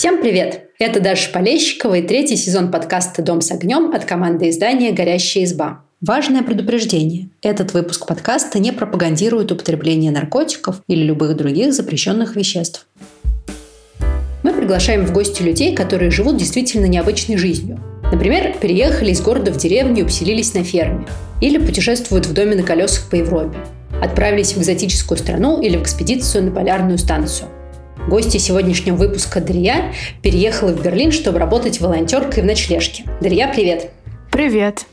Всем привет! Это Даша Полещикова и третий сезон подкаста «Дом с огнем» от команды издания «Горящая изба». Важное предупреждение. Этот выпуск подкаста не пропагандирует употребление наркотиков или любых других запрещенных веществ. Мы приглашаем в гости людей, которые живут действительно необычной жизнью. Например, переехали из города в деревню и поселились на ферме. Или путешествуют в доме на колесах по Европе. Отправились в экзотическую страну или в экспедицию на полярную станцию. Гостья сегодняшнего выпуска Дарья переехала в Берлин, чтобы работать волонтеркой в ночлежке. Дарья, привет! Привет!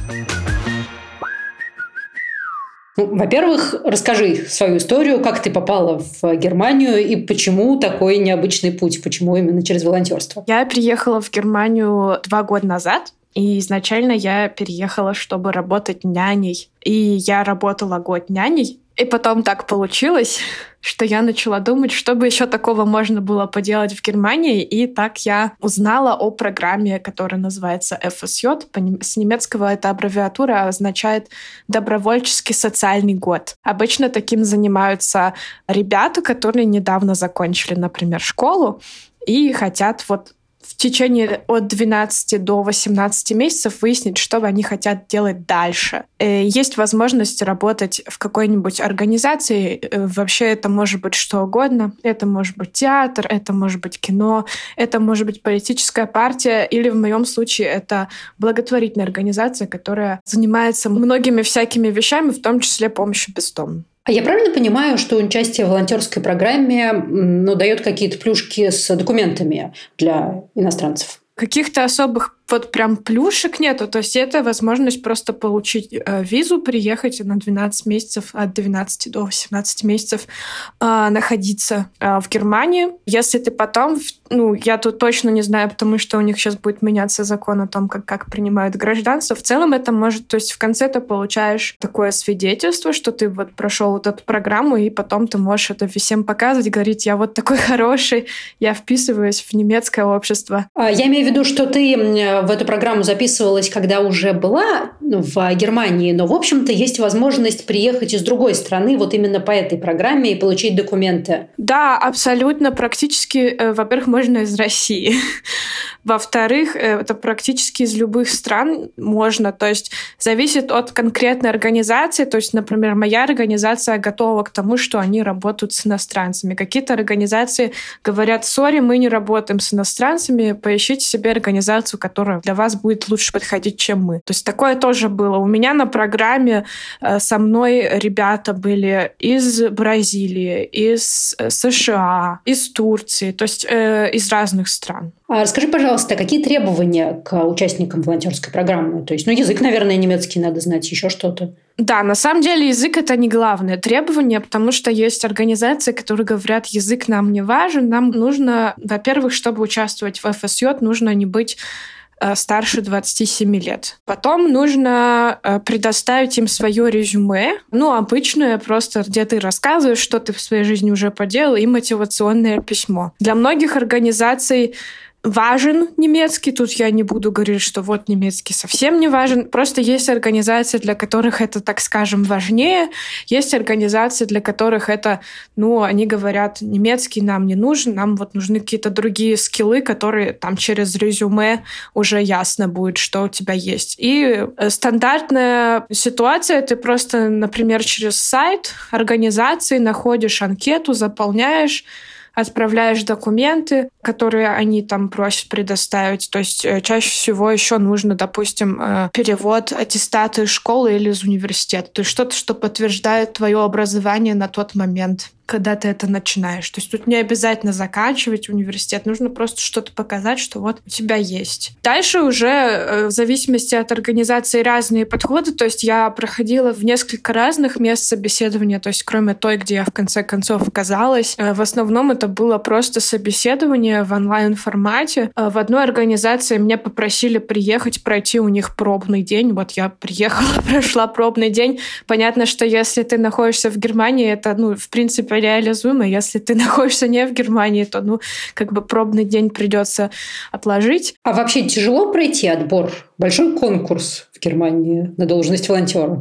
Во-первых, расскажи свою историю, как ты попала в Германию и почему такой необычный путь, почему именно через волонтерство. Я приехала в Германию 2 года назад. И изначально я переехала, чтобы работать няней. И я работала год няней. И потом так получилось, что я начала думать, что бы еще такого можно было поделать в Германии. И так я узнала о программе, которая называется FSJ. С немецкого это аббревиатура означает «Добровольческий социальный год». Обычно таким занимаются ребята, которые недавно закончили, например, школу и хотят в течение от 12 до 18 месяцев выяснить, что они хотят делать дальше. Есть возможность работать в какой-нибудь организации. Вообще это может быть что угодно. Это может быть театр, это может быть кино, это может быть политическая партия, или в моем случае это благотворительная организация, которая занимается многими всякими вещами, в том числе помощью бездомным. А я правильно понимаю, что участие в волонтерской программе дает какие-то плюшки с документами для иностранцев? Каких-то особых прям плюшек нету. То есть это возможность просто получить визу, приехать на 12 месяцев, от 12 до 18 месяцев находиться в Германии. Если ты потом, я тут точно не знаю, потому что у них сейчас будет меняться закон о том, как принимают гражданство. В целом это может, то есть в конце ты получаешь такое свидетельство, что ты прошел эту программу, и потом ты можешь это всем показывать, говорить, я такой хороший, я вписываюсь в немецкое общество. Я имею в виду, что ты в эту программу записывалась, когда уже была в Германии, но, в общем-то, есть возможность приехать из другой страны именно по этой программе и получить документы. Да, абсолютно. Практически, во-первых, можно из России. Во-вторых, это практически из любых стран можно. То есть зависит от конкретной организации. То есть, например, моя организация готова к тому, что они работают с иностранцами. Какие-то организации говорят, сори, мы не работаем с иностранцами, поищите себе организацию, которая для вас будет лучше подходить, чем мы. То есть такое тоже было. У меня на программе со мной ребята были из Бразилии, из США, из Турции, то есть из разных стран. Расскажи, пожалуйста, какие требования к участникам волонтерской программы? То есть, язык, наверное, немецкий надо знать, еще что-то. Да, на самом деле язык — это не главное требование, потому что есть организации, которые говорят, язык нам не важен, нам нужно, во-первых, чтобы участвовать в FSJ, нужно не быть старше 27 лет. Потом нужно предоставить им свое резюме, обычное, просто где ты рассказываешь, что ты в своей жизни уже поделал, и мотивационное письмо. Для многих организаций важен немецкий. Тут я не буду говорить, что немецкий совсем не важен. Просто есть организации, для которых это, так скажем, важнее. Есть организации, для которых это, они говорят, немецкий нам не нужен, нам нужны какие-то другие скиллы, которые там через резюме уже ясно будет, что у тебя есть. И стандартная ситуация, ты просто, например, через сайт организации находишь анкету, заполняешь, отправляешь документы, которые они там просят предоставить. То есть чаще всего еще нужно, допустим, перевод аттестата из школы или из университета. То есть что-то, что подтверждает твое образование на тот момент, когда ты это начинаешь. То есть тут не обязательно заканчивать университет, нужно просто что-то показать, что у тебя есть. Дальше уже в зависимости от организации разные подходы. То есть я проходила в несколько разных мест собеседования, то есть кроме той, где я в конце концов оказалась. В основном это было просто собеседование в онлайн-формате. В одной организации меня попросили приехать, пройти у них пробный день. Я приехала, прошла пробный день. Понятно, что если ты находишься в Германии, это, в принципе, реализуемо. Если ты находишься не в Германии, то, пробный день придется отложить. А вообще тяжело пройти отбор? Большой конкурс в Германии на должность волонтера?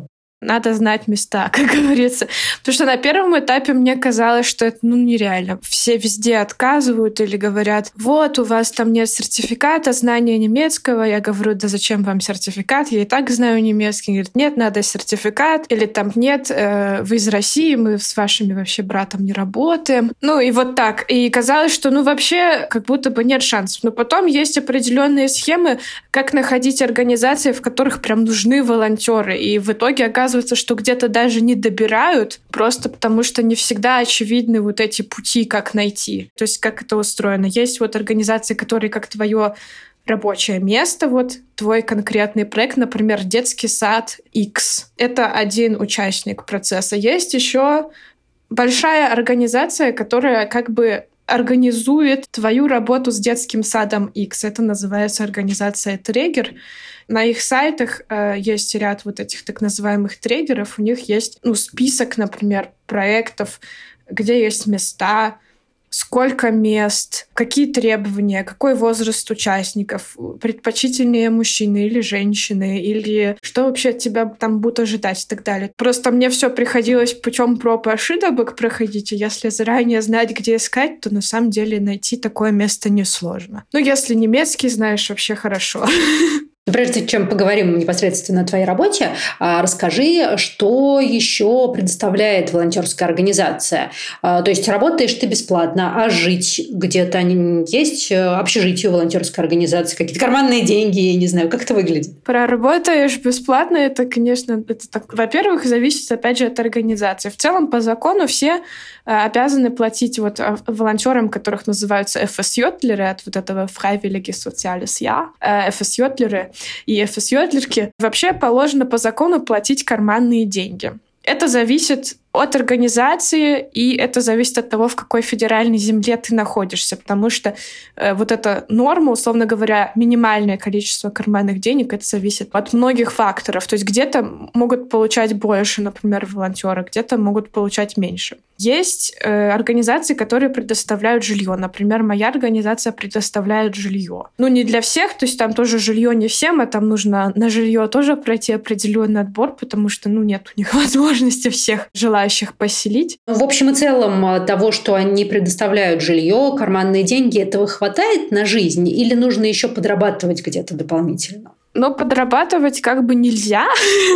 надо знать места, как говорится. Потому что на первом этапе мне казалось, что это нереально. Все везде отказывают или говорят, вот, у вас там нет сертификата знания немецкого. Я говорю, да зачем вам сертификат? Я и так знаю немецкий. Говорит, нет, надо сертификат. Или там, нет, вы из России, мы с вашими вообще братом не работаем. И вот так. И казалось, что вообще как будто бы нет шансов. Но потом есть определенные схемы, как находить организации, в которых прям нужны волонтеры. И в итоге оказывается, что где-то даже не добирают, просто потому что не всегда очевидны вот эти пути, как найти. То есть как это устроено. Есть вот организации, которые как твое рабочее место, вот твой конкретный проект, например, детский сад X. Это один участник процесса. Есть еще большая организация, которая как бы организует твою работу с детским садом X. Это называется организация Трегер. На их сайтах есть ряд вот этих так называемых трегеров. У них есть список, например, проектов, где есть места, сколько мест, какие требования, какой возраст участников, предпочтительнее мужчины или женщины, или что вообще от тебя там будут ожидать и так далее. Просто мне все приходилось путем проб и ошибок проходить, и если заранее знать, где искать, то на самом деле найти такое место несложно. Если немецкий знаешь, вообще хорошо. Прежде чем поговорим непосредственно о твоей работе, расскажи, что еще предоставляет волонтерская организация. То есть работаешь ты бесплатно, а жить где-то есть общежитие у волонтерской организации, какие-то карманные деньги, я не знаю, как это выглядит? Проработаешь бесплатно, это, конечно, это так. Во-первых, зависит, опять же, от организации. В целом, по закону все обязаны платить вот волонтерам, которых называются ФСЙ-тлеры, от вот этого Freiwillige Soziales Jahr, ФСЙ-тлеры и ФСЙ-тлерки. Вообще положено по закону платить карманные деньги. Это зависит от организации, и это зависит от того, в какой федеральной земле ты находишься, потому что вот эта норма, условно говоря, минимальное количество карманных денег, это зависит от многих факторов. То есть где-то могут получать больше, например, волонтеры, где-то могут получать меньше. Есть организации, которые предоставляют жилье. Например, моя организация предоставляет жилье. Не для всех, то есть там тоже жилье не всем, а там нужно на жилье тоже пройти определенный отбор, потому что нет у них возможности всех желающих поселить. В общем и целом того, что они предоставляют жилье, карманные деньги, этого хватает на жизнь или нужно еще подрабатывать где-то дополнительно? Подрабатывать как бы нельзя.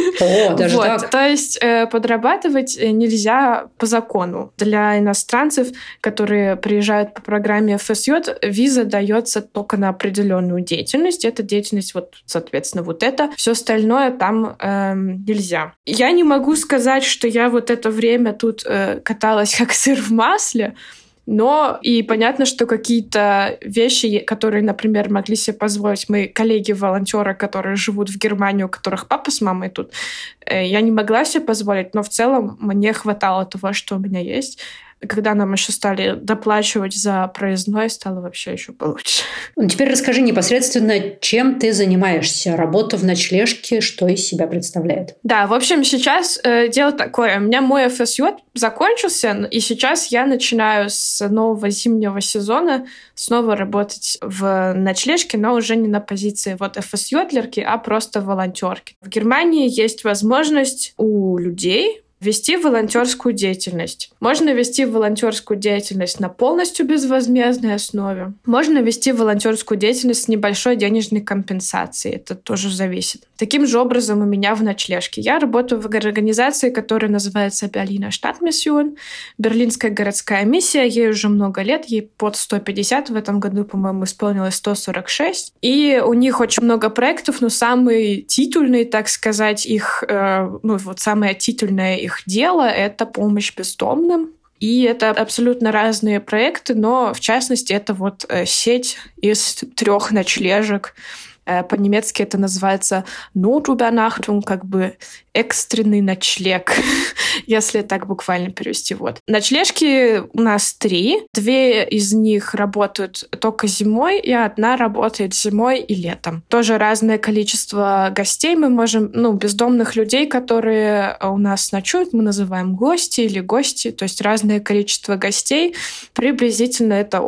О, даже так? То есть подрабатывать нельзя по закону. Для иностранцев, которые приезжают по программе ФСЙ, виза дается только на определенную деятельность. Эта деятельность, соответственно, это. Все остальное там нельзя. Я не могу сказать, что я это время тут каталась как сыр в масле, но и понятно, что какие-то вещи, которые, например, могли себе позволить мои коллеги-волонтеры, которые живут в Германии, у которых папа с мамой тут, я не могла себе позволить, но в целом мне хватало того, что у меня есть. Когда нам еще стали доплачивать за проездной, стало вообще еще получше. Теперь расскажи непосредственно, чем ты занимаешься. Работа в ночлежке, что из себя представляет? Да, в общем, сейчас дело такое. У меня мой ФСЙ закончился, и сейчас я начинаю с нового зимнего сезона снова работать в ночлежке, но уже не на позиции ФСЙ-тлерки, а просто волонтерки. В Германии есть возможность у людей вести волонтерскую деятельность. Можно вести волонтерскую деятельность на полностью безвозмездной основе. Можно вести волонтерскую деятельность с небольшой денежной компенсацией. Это тоже зависит. Таким же образом у меня в ночлежке. Я работаю в организации, которая называется Berliner Stadtmission. Берлинская городская миссия. Ей уже много лет. Ей под 150. В этом году, по-моему, исполнилось 146. И у них очень много проектов, но самый титульный, так сказать, их, самое титульное их дело — это помощь бездомным. И это абсолютно разные проекты, но в частности это сеть из 3 ночлежек. По-немецки это называется Notübernachtung, как бы экстренный ночлег, если так буквально перевести. Ночлежки у нас 3. 2 из них работают только зимой, и 1 работает зимой и летом. Тоже разное количество гостей. Мы можем, бездомных людей, которые у нас ночуют, мы называем гости или гости, то есть разное количество гостей. Приблизительно это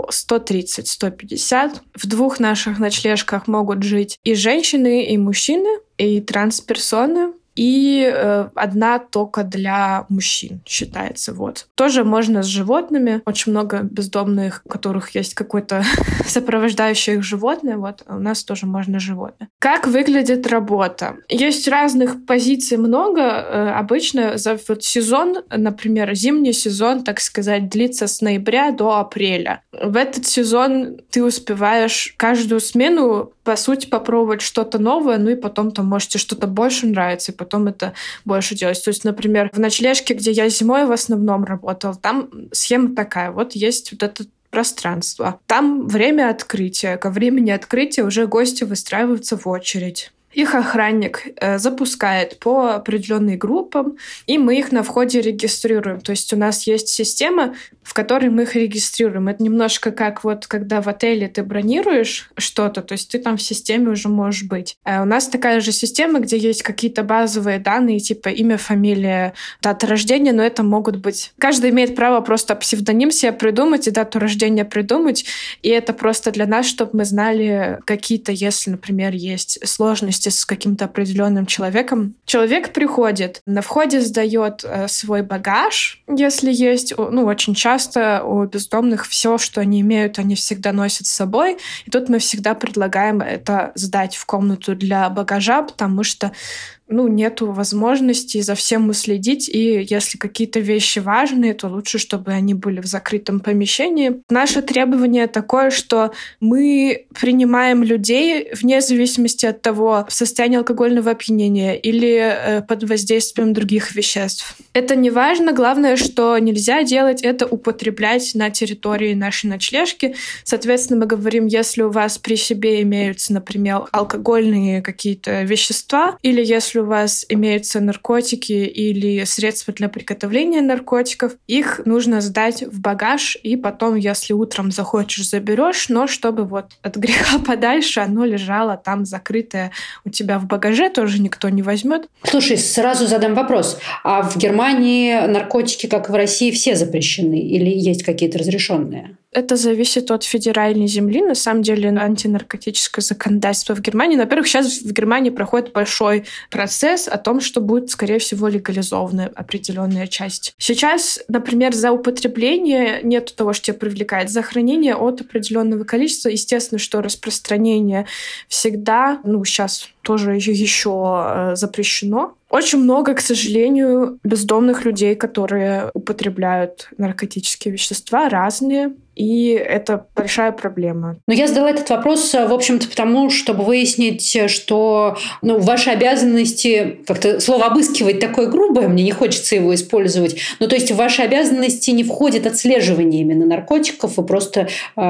130-150. В 2 наших ночлежках могут жить и женщины, и мужчины, и трансперсоны. и одна только для мужчин считается. Вот. Тоже можно с животными. Очень много бездомных, у которых есть какое-то сопровождающее их животное. Вот. У нас тоже можно животное. Как выглядит работа? Есть разных позиций много. Обычно за сезон, например, зимний сезон, так сказать, длится с ноября до апреля. В этот сезон ты успеваешь каждую смену, по сути, попробовать что-то новое, ну и потом там можете что-то больше нравится, и потом это больше делать. То есть, например, в ночлежке, где я зимой в основном работала, там схема такая. Вот есть вот это пространство. Там время открытия. Ко времени открытия уже гости выстраиваются в очередь. Их охранник запускает по определенным группам, и мы их на входе регистрируем. То есть у нас есть система, в которой мы их регистрируем. Это немножко как вот когда в отеле ты бронируешь что-то, то есть ты там в системе уже можешь быть. А у нас такая же система, где есть какие-то базовые данные, типа имя, фамилия, дата рождения, но это могут быть... Каждый имеет право просто псевдоним себе придумать и дату рождения придумать, и это просто для нас, чтобы мы знали какие-то, если, например, есть сложности с каким-то определенным человеком. Человек приходит, на входе сдает свой багаж, если есть. Ну, очень часто у бездомных все, что они имеют, они всегда носят с собой. И тут мы всегда предлагаем это сдать в комнату для багажа, потому что нету возможности за всем уследить, и если какие-то вещи важные, то лучше, чтобы они были в закрытом помещении. Наше требование такое, что мы принимаем людей вне зависимости от того, в состоянии алкогольного опьянения или под воздействием других веществ. Это не важно. Главное, что нельзя делать, это употреблять на территории нашей ночлежки. Соответственно, мы говорим, если у вас при себе имеются, например, алкогольные какие-то вещества, или если у вас имеются наркотики или средства для приготовления наркотиков, их нужно сдать в багаж, и потом, если утром захочешь, заберешь, но чтобы вот от греха подальше оно лежало там закрытое у тебя в багаже, тоже никто не возьмет. Слушай, сразу задам вопрос. А в Германии наркотики, как и в России, все запрещены или есть какие-то разрешенные? Это зависит от федеральной земли. На самом деле антинаркотическое законодательство в Германии. Во-первых, сейчас в Германии проходит большой процесс о том, что будет, скорее всего, легализована определенная часть. Сейчас, например, за употребление нет того, что тебя привлекает. За хранение от определенного количества. Естественно, что распространение всегда, сейчас тоже еще запрещено. Очень много, к сожалению, бездомных людей, которые употребляют наркотические вещества разные, и это большая проблема. Но я задала этот вопрос, в общем-то, потому, чтобы выяснить, что ваши обязанности, как-то слово «обыскивать» такое грубое, мне не хочется его использовать, то есть в ваши обязанности не входит отслеживание именно наркотиков, вы просто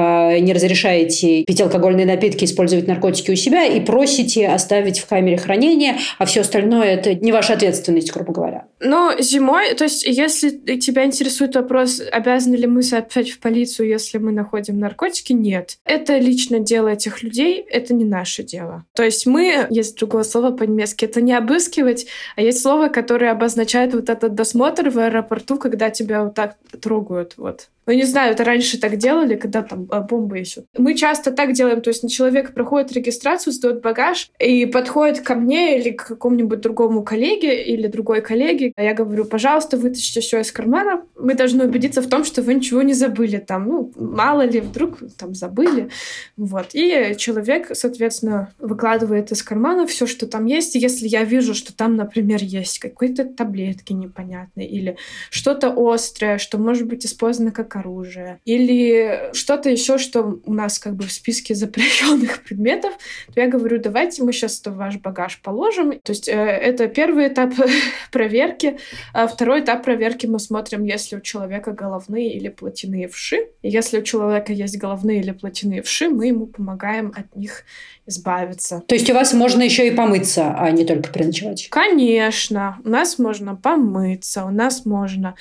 не разрешаете пить алкогольные напитки, использовать наркотики у себя и просите оставить в камере хранения, а все остальное – это не ваша ответственность, грубо говоря. Зимой, то есть если тебя интересует вопрос, обязаны ли мы сообщать в полицию, если мы находим наркотики, нет. Это лично дело этих людей, это не наше дело. То есть есть другое слово по-немецки, это не обыскивать, а есть слово, которое обозначает вот этот досмотр в аэропорту, когда тебя вот так трогают, вот. Не знаю, это раньше так делали, когда там бомбы ищут. Мы часто так делаем, то есть человек проходит регистрацию, сдает багаж и подходит ко мне или к какому-нибудь другому коллеге или другой коллеге. А я говорю, пожалуйста, вытащите все из кармана. Мы должны убедиться в том, что вы ничего не забыли там. Мало ли, вдруг там забыли. Вот. И человек, соответственно, выкладывает из кармана все, что там есть. И если я вижу, что там, например, есть какие-то таблетки непонятные или что-то острое, что может быть использовано как оружие, или что-то еще, что у нас как бы в списке запрещенных предметов, то я говорю, давайте мы сейчас это в ваш багаж положим. То есть это первый этап проверки. А второй этап проверки мы смотрим, если у человека головные или плотяные вши. И если у человека есть головные или плотяные вши, мы ему помогаем от них избавиться. То есть у вас можно еще и помыться, а не только переночевать? Конечно. У нас можно помыться, у нас можно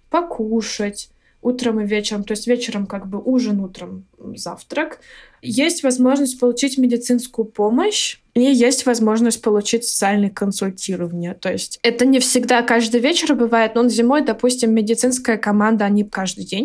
покушать утром и вечером. То есть вечером как бы ужин, утром завтрак. Есть возможность получить медицинскую помощь и есть возможность получить социальное консультирование. То есть это не всегда каждый вечер бывает, но зимой, допустим, медицинская команда, они каждый день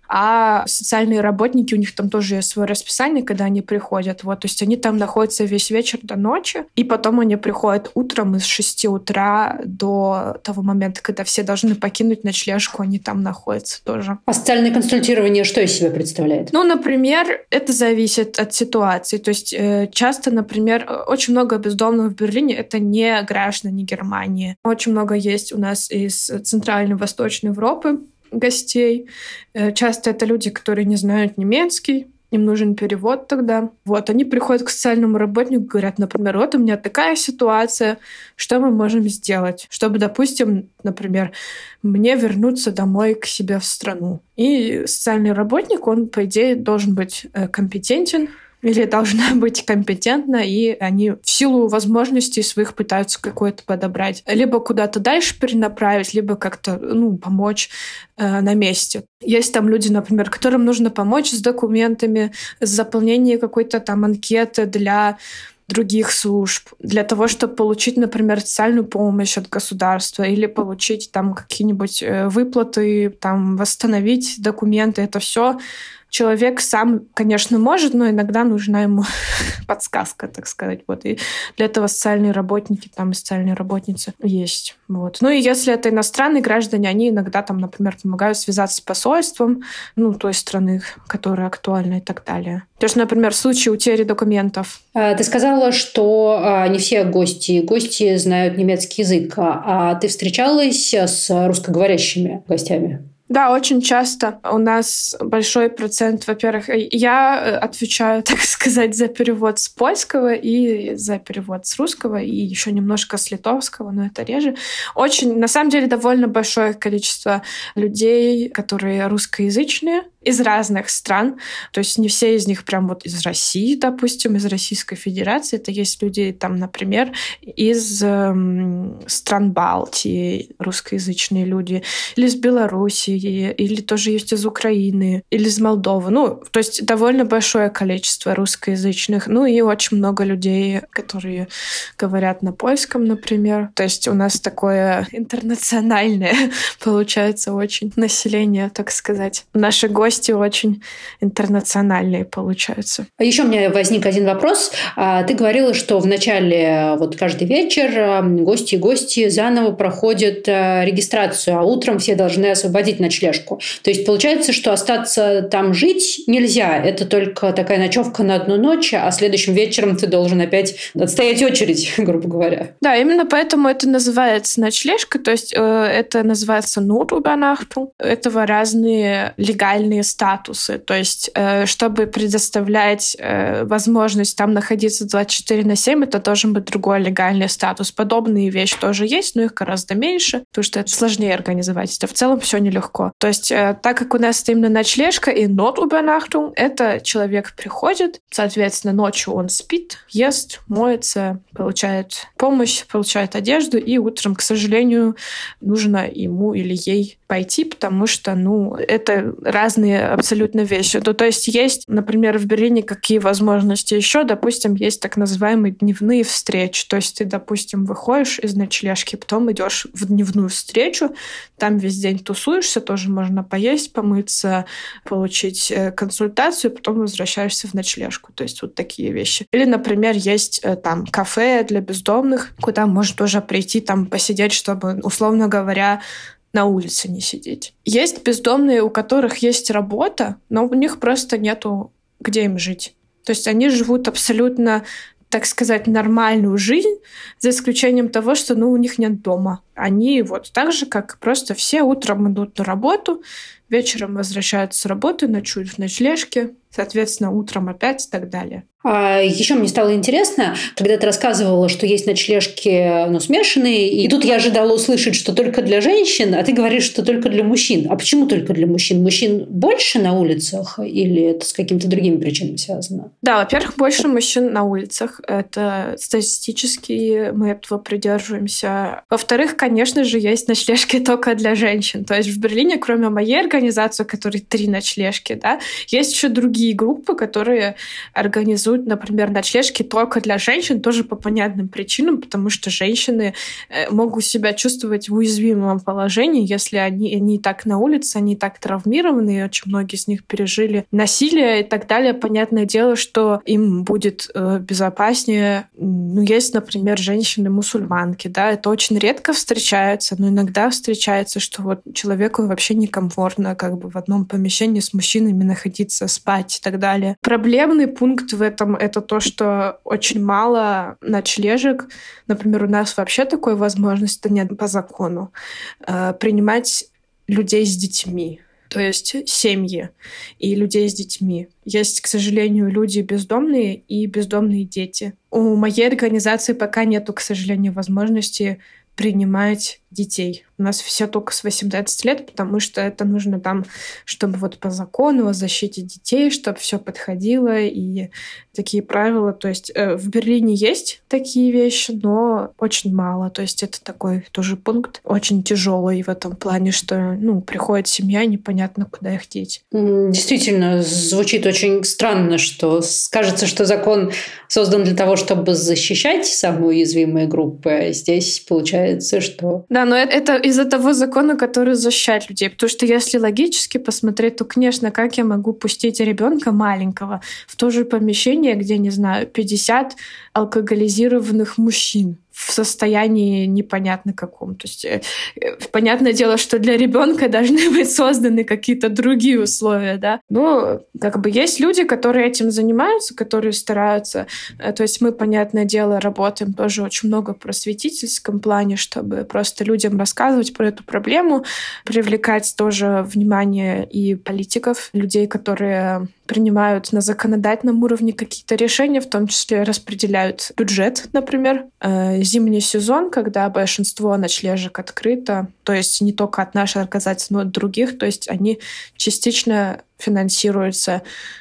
А социальные работники, у них там тоже есть свое расписание, когда они приходят. Вот, то есть они там находятся весь вечер до ночи, и потом они приходят утром из 6 утра до того момента, когда все должны покинуть ночлежку, они там находятся тоже. А социальное консультирование что из себя представляет? Ну, например, это зависит от ситуации. То есть часто, например, очень много бездомных в Берлине — это не граждане Германии. Очень много есть у нас из Центральной и Восточной Европы гостей. Часто это люди, которые не знают немецкий, им нужен перевод тогда. Вот, они приходят к социальному работнику, говорят, например, вот у меня такая ситуация, что мы можем сделать, чтобы, допустим, например, мне вернуться домой к себе в страну. И социальный работник, он, по идее, должен быть компетентен, или должна быть компетентна, и они в силу возможностей своих пытаются какое-то подобрать. Либо куда-то дальше перенаправить, либо как-то помочь на месте. Есть там люди, например, которым нужно помочь с документами, с заполнением какой-то там анкеты для других служб, для того, чтобы получить, например, социальную помощь от государства или получить там какие-нибудь выплаты, там восстановить документы. Это все человек сам, конечно, может, но иногда нужна ему подсказка, так сказать. Вот. И для этого социальные работники там и социальные работницы есть. Вот. Ну и если это иностранные граждане, они иногда там, например, помогают связаться с посольством, той страны, которая актуальна и так далее. То есть, например, в случае утери документов. Ты сказала, что не все гости знают немецкий язык. А ты встречалась с русскоговорящими гостями? Да, очень часто у нас большой процент, во-первых, я отвечаю, так сказать, за перевод с польского и за перевод с русского, и еще немножко с литовского, но это реже. Очень, на самом деле, довольно большое количество людей, которые русскоязычные, из разных стран. То есть не все из них прям вот из России, допустим, из Российской Федерации. Это есть люди, там, например, из стран Балтии, русскоязычные люди, или из Белоруссии, или тоже есть из Украины, или из Молдовы. То есть довольно большое количество русскоязычных. И очень много людей, которые говорят на польском, например. То есть у нас такое интернациональное, получается, очень население, так сказать. Наши гости очень интернациональные получаются. Еще у меня возник один вопрос. Ты говорила, что в начале каждый вечер гости заново проходят регистрацию, а утром все должны освободить ночлежку. То есть получается, что остаться там жить нельзя. Это только такая ночевка на одну ночь, а следующим вечером ты должен опять отстоять очередь, грубо говоря. Да, именно поэтому это называется ночлежка. То есть это называется Notübernachtung. Это разные легальные статусы. То есть, чтобы предоставлять возможность там находиться 24/7, это должен быть другой легальный статус. Подобные вещи тоже есть, но их гораздо меньше, потому что это сложнее организовать. Это в целом все нелегко. То есть, так как у нас это именно ночлежка и Notübernachtung, это человек приходит, соответственно, ночью он спит, ест, моется, получает помощь, получает одежду, и утром, к сожалению, нужно ему или ей пойти, потому что, это разные абсолютно вещи. То есть, например, в Берлине какие возможности еще? Допустим, есть так называемые дневные встречи. То есть ты, допустим, выходишь из ночлежки, потом идешь в дневную встречу, там весь день тусуешься, тоже можно поесть, помыться, получить консультацию, потом возвращаешься в ночлежку. То есть вот такие вещи. Или, например, есть там кафе для бездомных, куда можно тоже прийти, там посидеть, чтобы, условно говоря, на улице не сидеть. Есть бездомные, у которых есть работа, но у них просто нету где им жить. То есть они живут абсолютно, так сказать, нормальную жизнь, за исключением того, что у них нет дома. Они так же, как просто все, утром идут на работу, вечером возвращаются с работы, ночуют в ночлежке, соответственно, утром опять и так далее. Еще мне стало интересно, когда ты рассказывала, что есть ночлежки, смешанные, и тут я ожидала услышать, что только для женщин, а ты говоришь, что только для мужчин. А почему только для мужчин? Мужчин больше на улицах или это с какими-то другими причинами связано? Да, во-первых, больше мужчин на улицах. Это статистически мы этого придерживаемся. Во-вторых, конечно же, есть ночлежки только для женщин. То есть в Берлине, кроме моей организации, организацию, у которой 3 ночлежки, да. Есть еще другие группы, которые организуют, например, ночлежки только для женщин, тоже по понятным причинам, потому что женщины могут себя чувствовать в уязвимом положении, если они и так на улице, они и так травмированы, и очень многие из них пережили насилие и так далее. Понятное дело, что им будет безопаснее. Ну, есть, например, женщины-мусульманки, да, это очень редко встречается, но иногда встречается, что вот человеку вообще некомфортно как бы в одном помещении с мужчинами находиться, спать и так далее. Проблемный пункт в этом — это то, что очень мало ночлежек, например, у нас вообще такой возможности нет по закону, принимать людей с детьми. То есть семьи и людей с детьми. Есть, к сожалению, люди бездомные и бездомные дети. У моей организации пока нету, к сожалению, возможности принимать детей. У нас все только с 18 лет, потому что это нужно там, чтобы вот по закону о защите детей, чтобы все подходило и такие правила. То есть в Берлине есть такие вещи, но очень мало. То есть это такой тоже пункт очень тяжелый в этом плане, что приходит семья, непонятно, куда их деть. Действительно, звучит очень странно, что кажется, что закон создан для того, чтобы защищать самые уязвимые группы, а здесь получается, что... Да, но это из-за того закона, который защищает людей. Потому что если логически посмотреть, то, конечно, как я могу пустить ребенка маленького в то же помещение, где, не знаю, 50 алкоголизированных мужчин в состоянии непонятно каком. То есть понятное дело, что для ребенка должны быть созданы какие-то другие условия, да. Но как бы есть люди, которые этим занимаются, которые стараются. То есть мы, понятное дело, работаем тоже очень много в просветительском плане, чтобы просто людям рассказывать про эту проблему, привлекать тоже внимание и политиков, людей, которые принимают на законодательном уровне какие-то решения, в том числе распределяют бюджет, например. Зимний сезон, когда большинство ночлежек открыто, то есть не только от нашей организации, но и от других, то есть они частично финансируются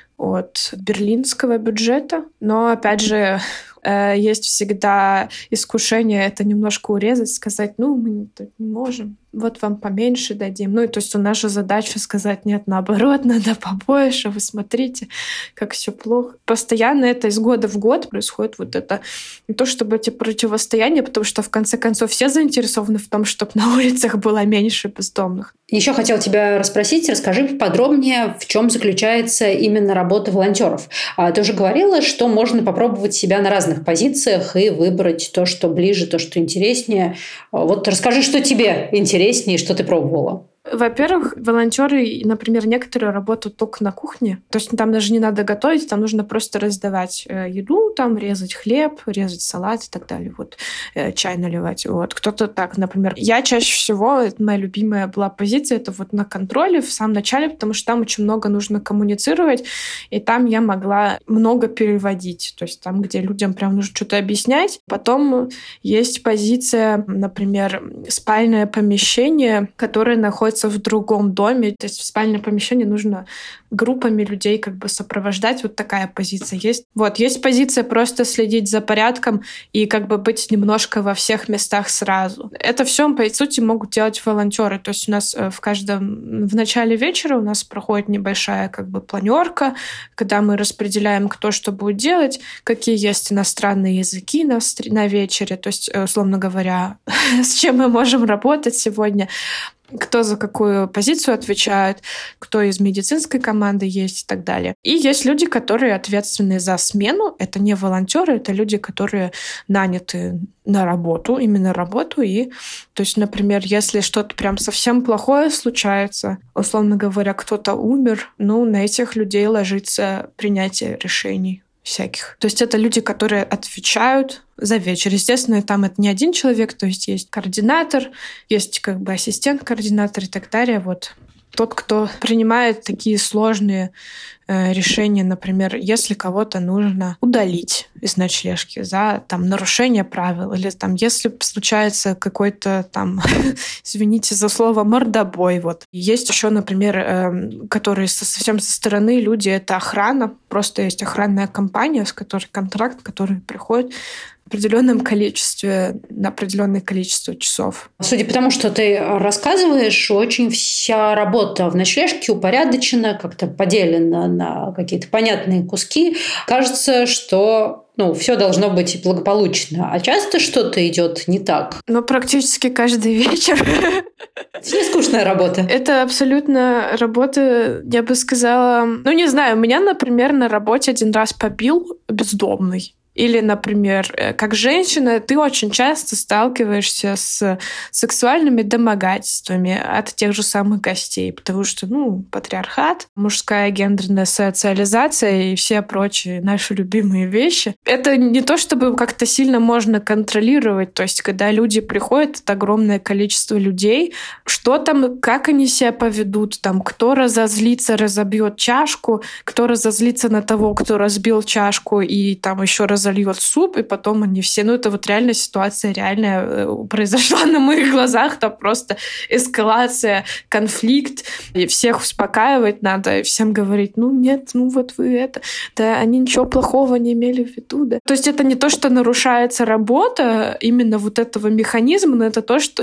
от берлинского бюджета. Но, опять же, есть всегда искушение это немножко урезать, сказать, мы тут не можем, вот вам поменьше дадим. То есть наша задача сказать, нет, наоборот, надо побольше, вы смотрите, как все плохо. Постоянно это из года в год происходит вот это. Не то чтобы эти противостояния, потому что в конце концов все заинтересованы в том, чтобы на улицах было меньше бездомных. Еще хотела тебя расспросить, расскажи подробнее, в чем заключается именно работа волонтеров. Ты уже говорила, что можно попробовать себя на разных позициях и выбрать то, что ближе, то, что интереснее. Вот расскажи, что тебе интереснее, что ты пробовала. Во-первых, волонтеры, например, некоторые работают только на кухне. То есть там даже не надо готовить, там нужно просто раздавать еду, там резать хлеб, резать салат и так далее. Чай наливать. Кто-то так, например. Я чаще всего, моя любимая была позиция, это на контроле в самом начале, потому что там очень много нужно коммуницировать, и там я могла много переводить. То есть там, где людям прям нужно что-то объяснять. Потом есть позиция, например, спальное помещение, которое находится в другом доме. То есть в спальное помещение нужно группами людей сопровождать. Вот такая позиция есть. Есть позиция просто следить за порядком и быть немножко во всех местах сразу. Это все, по сути, могут делать волонтеры. То есть у нас в начале вечера у нас проходит небольшая планерка, когда мы распределяем, кто что будет делать, какие есть иностранные языки на вечере. То есть, условно говоря, с чем мы можем работать сегодня, кто за какую позицию отвечает, кто из медицинской команды есть и так далее. И есть люди, которые ответственны за смену. Это не волонтеры, это люди, которые наняты на работу, именно работу. И, то есть, например, если что-то прям совсем плохое случается, условно говоря, кто-то умер, на этих людей ложится принятие решений всяких. То есть это люди, которые отвечают за вечер. Естественно, там это не один человек, то есть координатор, есть ассистент-координатор и так далее. Тот, кто принимает такие сложные решения, например, если кого-то нужно удалить из ночлежки за нарушение правил, или если случается какой-то извините за слово, мордобой. Есть еще, например, которые совсем со стороны люди, это охрана. Просто есть охранная компания, с которой контракт, который приходит, определенном количестве, на определенное количество часов. Судя по тому, что ты рассказываешь, очень вся работа в ночлежке упорядочена, как-то поделена на какие-то понятные куски. Кажется, что все должно быть благополучно. А часто что-то идет не так? Практически каждый вечер. Это не скучная работа. Это абсолютно работа, я бы сказала... не знаю, меня, например, на работе один раз побил бездомный. Или, например, как женщина, ты очень часто сталкиваешься с сексуальными домогательствами от тех же самых гостей, потому что, патриархат, мужская гендерная социализация и все прочие наши любимые вещи. Это не то, чтобы как-то сильно можно контролировать. То есть, когда люди приходят, это огромное количество людей, что там, как они себя поведут, там, кто разозлится, разобьет чашку, кто разозлится на того, кто разбил чашку и там еще зальет суп, и потом они все... это вот реальная ситуация, реальная произошла на моих глазах, там просто эскалация, конфликт, и всех успокаивать надо, и всем говорить, нет, вот вы это... Да, они ничего плохого не имели в виду, да. То есть это не то, что нарушается работа именно вот этого механизма, но это то, что,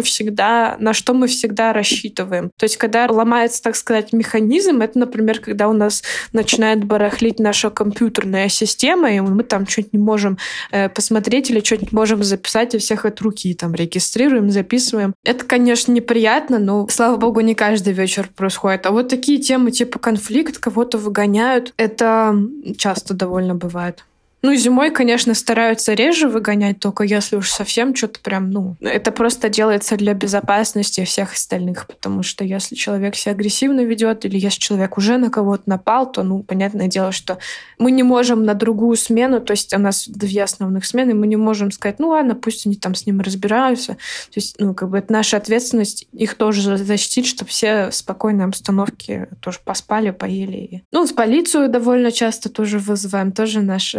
на что мы всегда рассчитываем. То есть когда ломается, так сказать, механизм, это, например, когда у нас начинает барахлить наша компьютерная система, и мы там что-нибудь не можем посмотреть или что-нибудь можем записать, и всех от руки там регистрируем, записываем. Это, конечно, неприятно, но, слава богу, не каждый вечер происходит. А вот такие темы типа конфликт, кого-то выгоняют, это часто довольно бывает. Зимой, конечно, стараются реже выгонять, только если уж совсем что-то прям, это просто делается для безопасности всех остальных, потому что если человек себя агрессивно ведет или если человек уже на кого-то напал, то, понятное дело, что мы не можем на другую смену, то есть у нас 2 основных смены, мы не можем сказать, ладно, пусть они там с ним разбираются. То есть, это наша ответственность их тоже защитить, чтобы все в спокойной обстановке тоже поспали, поели. В полицию довольно часто тоже вызываем, тоже наш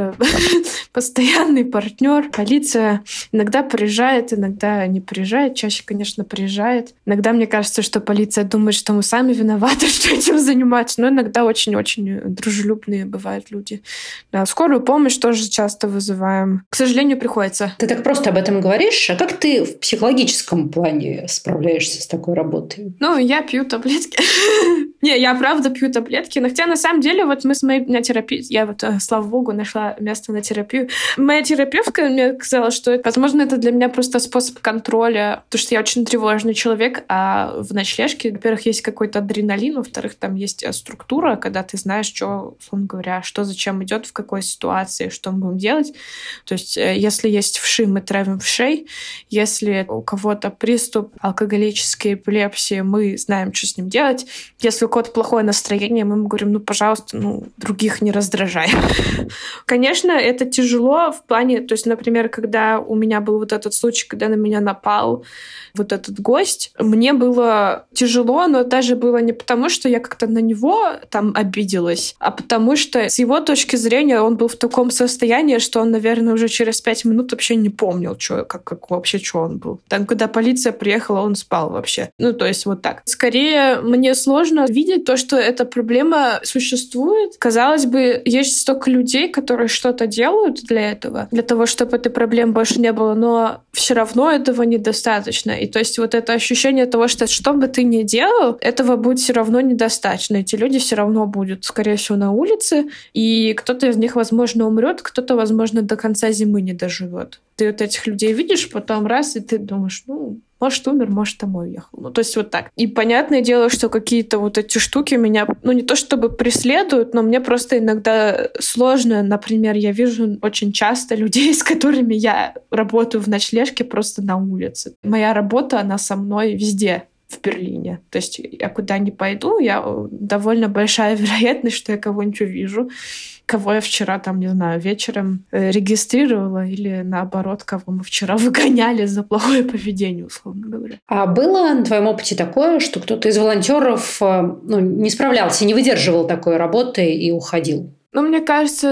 постоянный партнер. Полиция иногда приезжает, иногда не приезжает. Чаще, конечно, приезжает. Иногда мне кажется, что полиция думает, что мы сами виноваты, что этим заниматься. Но иногда очень-очень дружелюбные бывают люди. Да, скорую помощь тоже часто вызываем. К сожалению, приходится. Ты так просто об этом говоришь. А как ты в психологическом плане справляешься с такой работой? Я пью таблетки. Не, я правда пью таблетки. Но хотя на самом деле вот мы с моей терапией, я слава богу, нашла место на терапию. Моя терапевтка мне сказала, что, возможно, это для меня просто способ контроля, потому что я очень тревожный человек, а в ночлежке, во-первых, есть какой-то адреналин, во-вторых, там есть структура, когда ты знаешь, что, условно говоря, что зачем идет, в какой ситуации, что мы будем делать. То есть, если есть вши, мы травим вшей. Если у кого-то приступ алкоголической эпилепсии, мы знаем, что с ним делать. Если у кого-то плохое настроение, мы ему говорим, пожалуйста, других не раздражай. Конечно, это тяжело в плане, то есть, например, когда у меня был вот этот случай, когда на меня напал вот этот гость, мне было тяжело, но даже было не потому, что я как-то на него там обиделась, а потому что с его точки зрения он был в таком состоянии, что он, наверное, уже через 5 минут вообще не помнил, как вообще, что он был. Там, когда полиция приехала, он спал вообще. То есть вот так. Скорее, мне сложно видеть то, что эта проблема существует. Казалось бы, есть столько людей, которые что-то делают для этого, для того, чтобы этой проблемы больше не было, но все равно этого недостаточно. И то есть вот это ощущение того, что бы ты ни делал, этого будет все равно недостаточно. Эти люди все равно будут, скорее всего, на улице, и кто-то из них, возможно, умрет, кто-то, возможно, до конца зимы не доживет. Ты вот этих людей видишь, потом раз, и ты думаешь, может, умер, может, домой уехал. То есть вот так. И понятное дело, что какие-то вот эти штуки меня, не то чтобы преследуют, но мне просто иногда сложно. Например, я вижу очень часто людей, с которыми я работаю в ночлежке просто на улице. Моя работа, она со мной везде в Берлине. То есть я куда ни пойду, довольно большая вероятность, что я кого-нибудь увижу, кого я вчера, вечером регистрировала, или наоборот, кого мы вчера выгоняли за плохое поведение, условно говоря. А было на твоем опыте такое, что кто-то из волонтеров не справлялся, не выдерживал такой работы и уходил? Мне кажется,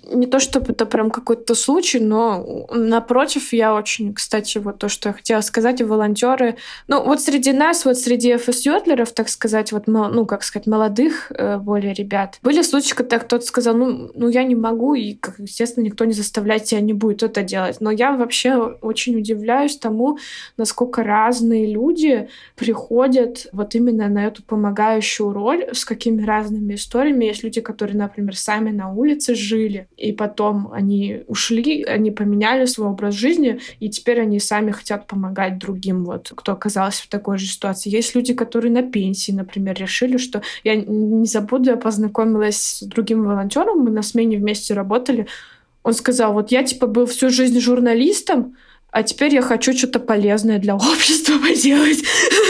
не то чтобы это прям какой-то случай, но напротив, я очень, кстати, вот то, что я хотела сказать, волонтеры. Ну, вот среди нас, вот среди ФСЮтлеров, так сказать, вот, ну, как сказать, молодых более ребят, были случаи, когда кто-то сказал, ну, я не могу, и, естественно, никто не заставляет тебя не будет это делать. Но я вообще очень удивляюсь тому, насколько разные люди приходят вот именно на эту помогающую роль, с какими разными историями. Есть люди, которые, например, сами на улице жили, и потом они ушли, они поменяли свой образ жизни, и теперь они сами хотят помогать другим, вот, кто оказался в такой же ситуации. Есть люди, которые на пенсии, например, решили, что... Я не забуду, я познакомилась с другим волонтером, мы на смене вместе работали. Он сказал, вот я, был всю жизнь журналистом, а теперь я хочу что-то полезное для общества поделать.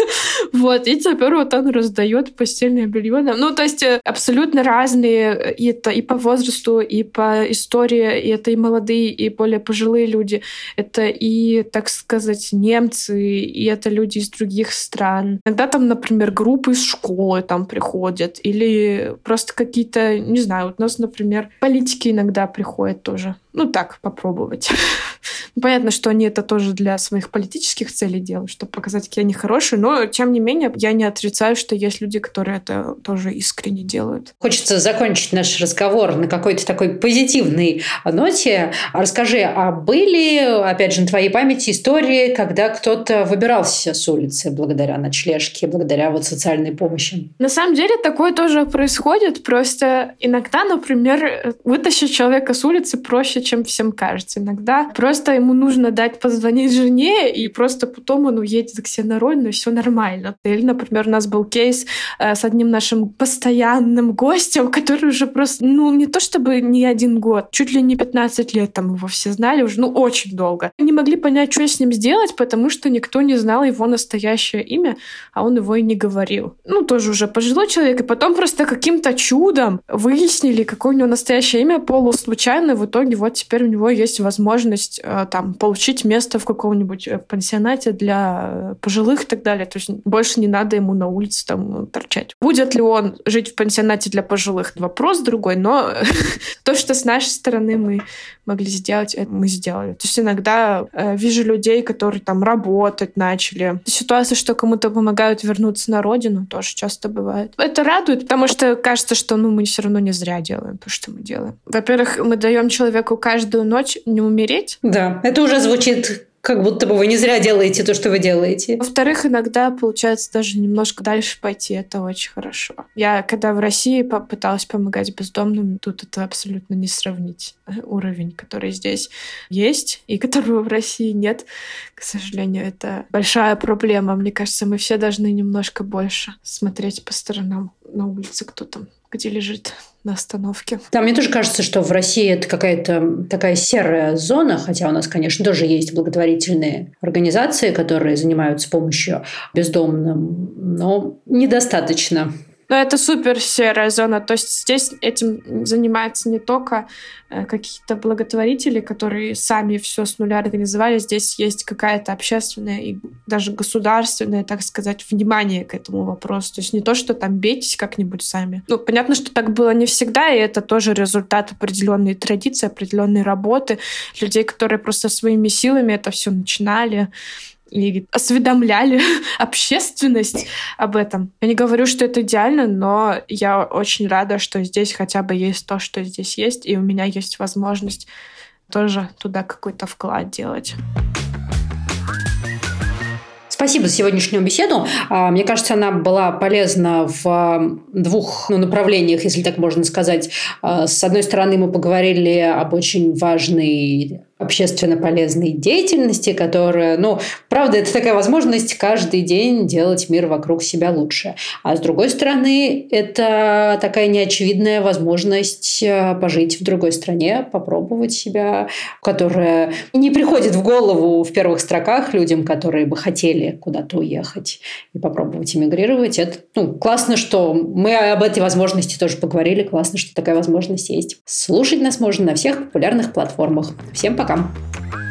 Вот, и теперь вот он раздает постельное белье. Ну, то есть абсолютно разные, и это и по возрасту, и по истории, и это и молодые, и более пожилые люди. Это и, так сказать, немцы, и это люди из других стран. Иногда там, например, группы из школы там приходят, или просто какие-то, не знаю, вот у нас, например, политики иногда приходят тоже. Ну, так, попробовать. Понятно, что они это тоже для своих политических целей делают, чтобы показать, какие они хорошие, но, тем не менее, я не отрицаю, что есть люди, которые это тоже искренне делают. Хочется закончить наш разговор на какой-то такой позитивной ноте. Расскажи, а были, опять же, на твоей памяти истории, когда кто-то выбирался с улицы благодаря ночлежке, благодаря вот социальной помощи? На самом деле такое тоже происходит, просто иногда, например, вытащить человека с улицы проще, чем всем кажется. Иногда просто ему нужно позвонить жене, и просто потом он уедет к себе на родину, и все нормально. Или, например, у нас был кейс с одним нашим постоянным гостем, который уже просто, не то чтобы не 1 год, чуть ли не 15 лет там его все знали уже, очень долго. Не могли понять, что с ним сделать, потому что никто не знал его настоящее имя, а он его и не говорил. Тоже уже пожилой человек, и потом просто каким-то чудом выяснили, какое у него настоящее имя, полуслучайно. В итоге вот теперь у него есть возможность получить место в каком-нибудь пансионате для пожилых и так далее. То есть больше не надо ему на улице торчать. Будет ли он жить в пансионате для пожилых? Вопрос другой, но то, что с нашей стороны мы могли сделать, это мы сделали. То есть иногда вижу людей, которые работать начали. Ситуация, что кому-то помогают вернуться на родину, тоже часто бывает. Это радует, потому что кажется, что мы все равно не зря делаем то, что мы делаем. Во-первых, мы даем человеку каждую ночь не умереть. Да, это уже звучит как будто бы вы не зря делаете то, что вы делаете. Во-вторых, иногда получается даже немножко дальше пойти. Это очень хорошо. Я, когда в России пыталась помогать бездомным, тут это абсолютно не сравнить. Уровень, который здесь есть и которого в России нет, к сожалению, это большая проблема. Мне кажется, мы все должны немножко больше смотреть по сторонам. На улице кто там, где лежит на остановке. Да, мне тоже кажется, что в России это какая-то такая серая зона, хотя у нас, конечно, тоже есть благотворительные организации, которые занимаются помощью бездомным, но недостаточно. Но это супер серая зона. То есть здесь этим занимаются не только какие-то благотворители, которые сами все с нуля организовали. Здесь есть какая-то общественная и даже государственное, так сказать, внимание к этому вопросу. То есть не то, что бейтесь как-нибудь сами. Понятно, что так было не всегда, и это тоже результат определенной традиции, определенной работы людей, которые просто своими силами это все начинали и осведомляли общественность об этом. Я не говорю, что это идеально, но я очень рада, что здесь хотя бы есть то, что здесь есть, и у меня есть возможность тоже туда какой-то вклад делать. Спасибо за сегодняшнюю беседу. Мне кажется, она была полезна в 2 направлениях, если так можно сказать. С одной стороны, мы поговорили об очень важной общественно полезной деятельности, которая, правда, это такая возможность каждый день делать мир вокруг себя лучше. А с другой стороны, это такая неочевидная возможность пожить в другой стране, попробовать себя, которая не приходит в голову в первых строках людям, которые бы хотели куда-то уехать и попробовать эмигрировать. Это классно, что мы об этой возможности тоже поговорили. Классно, что такая возможность есть. Слушать нас можно на всех популярных платформах. Всем пока!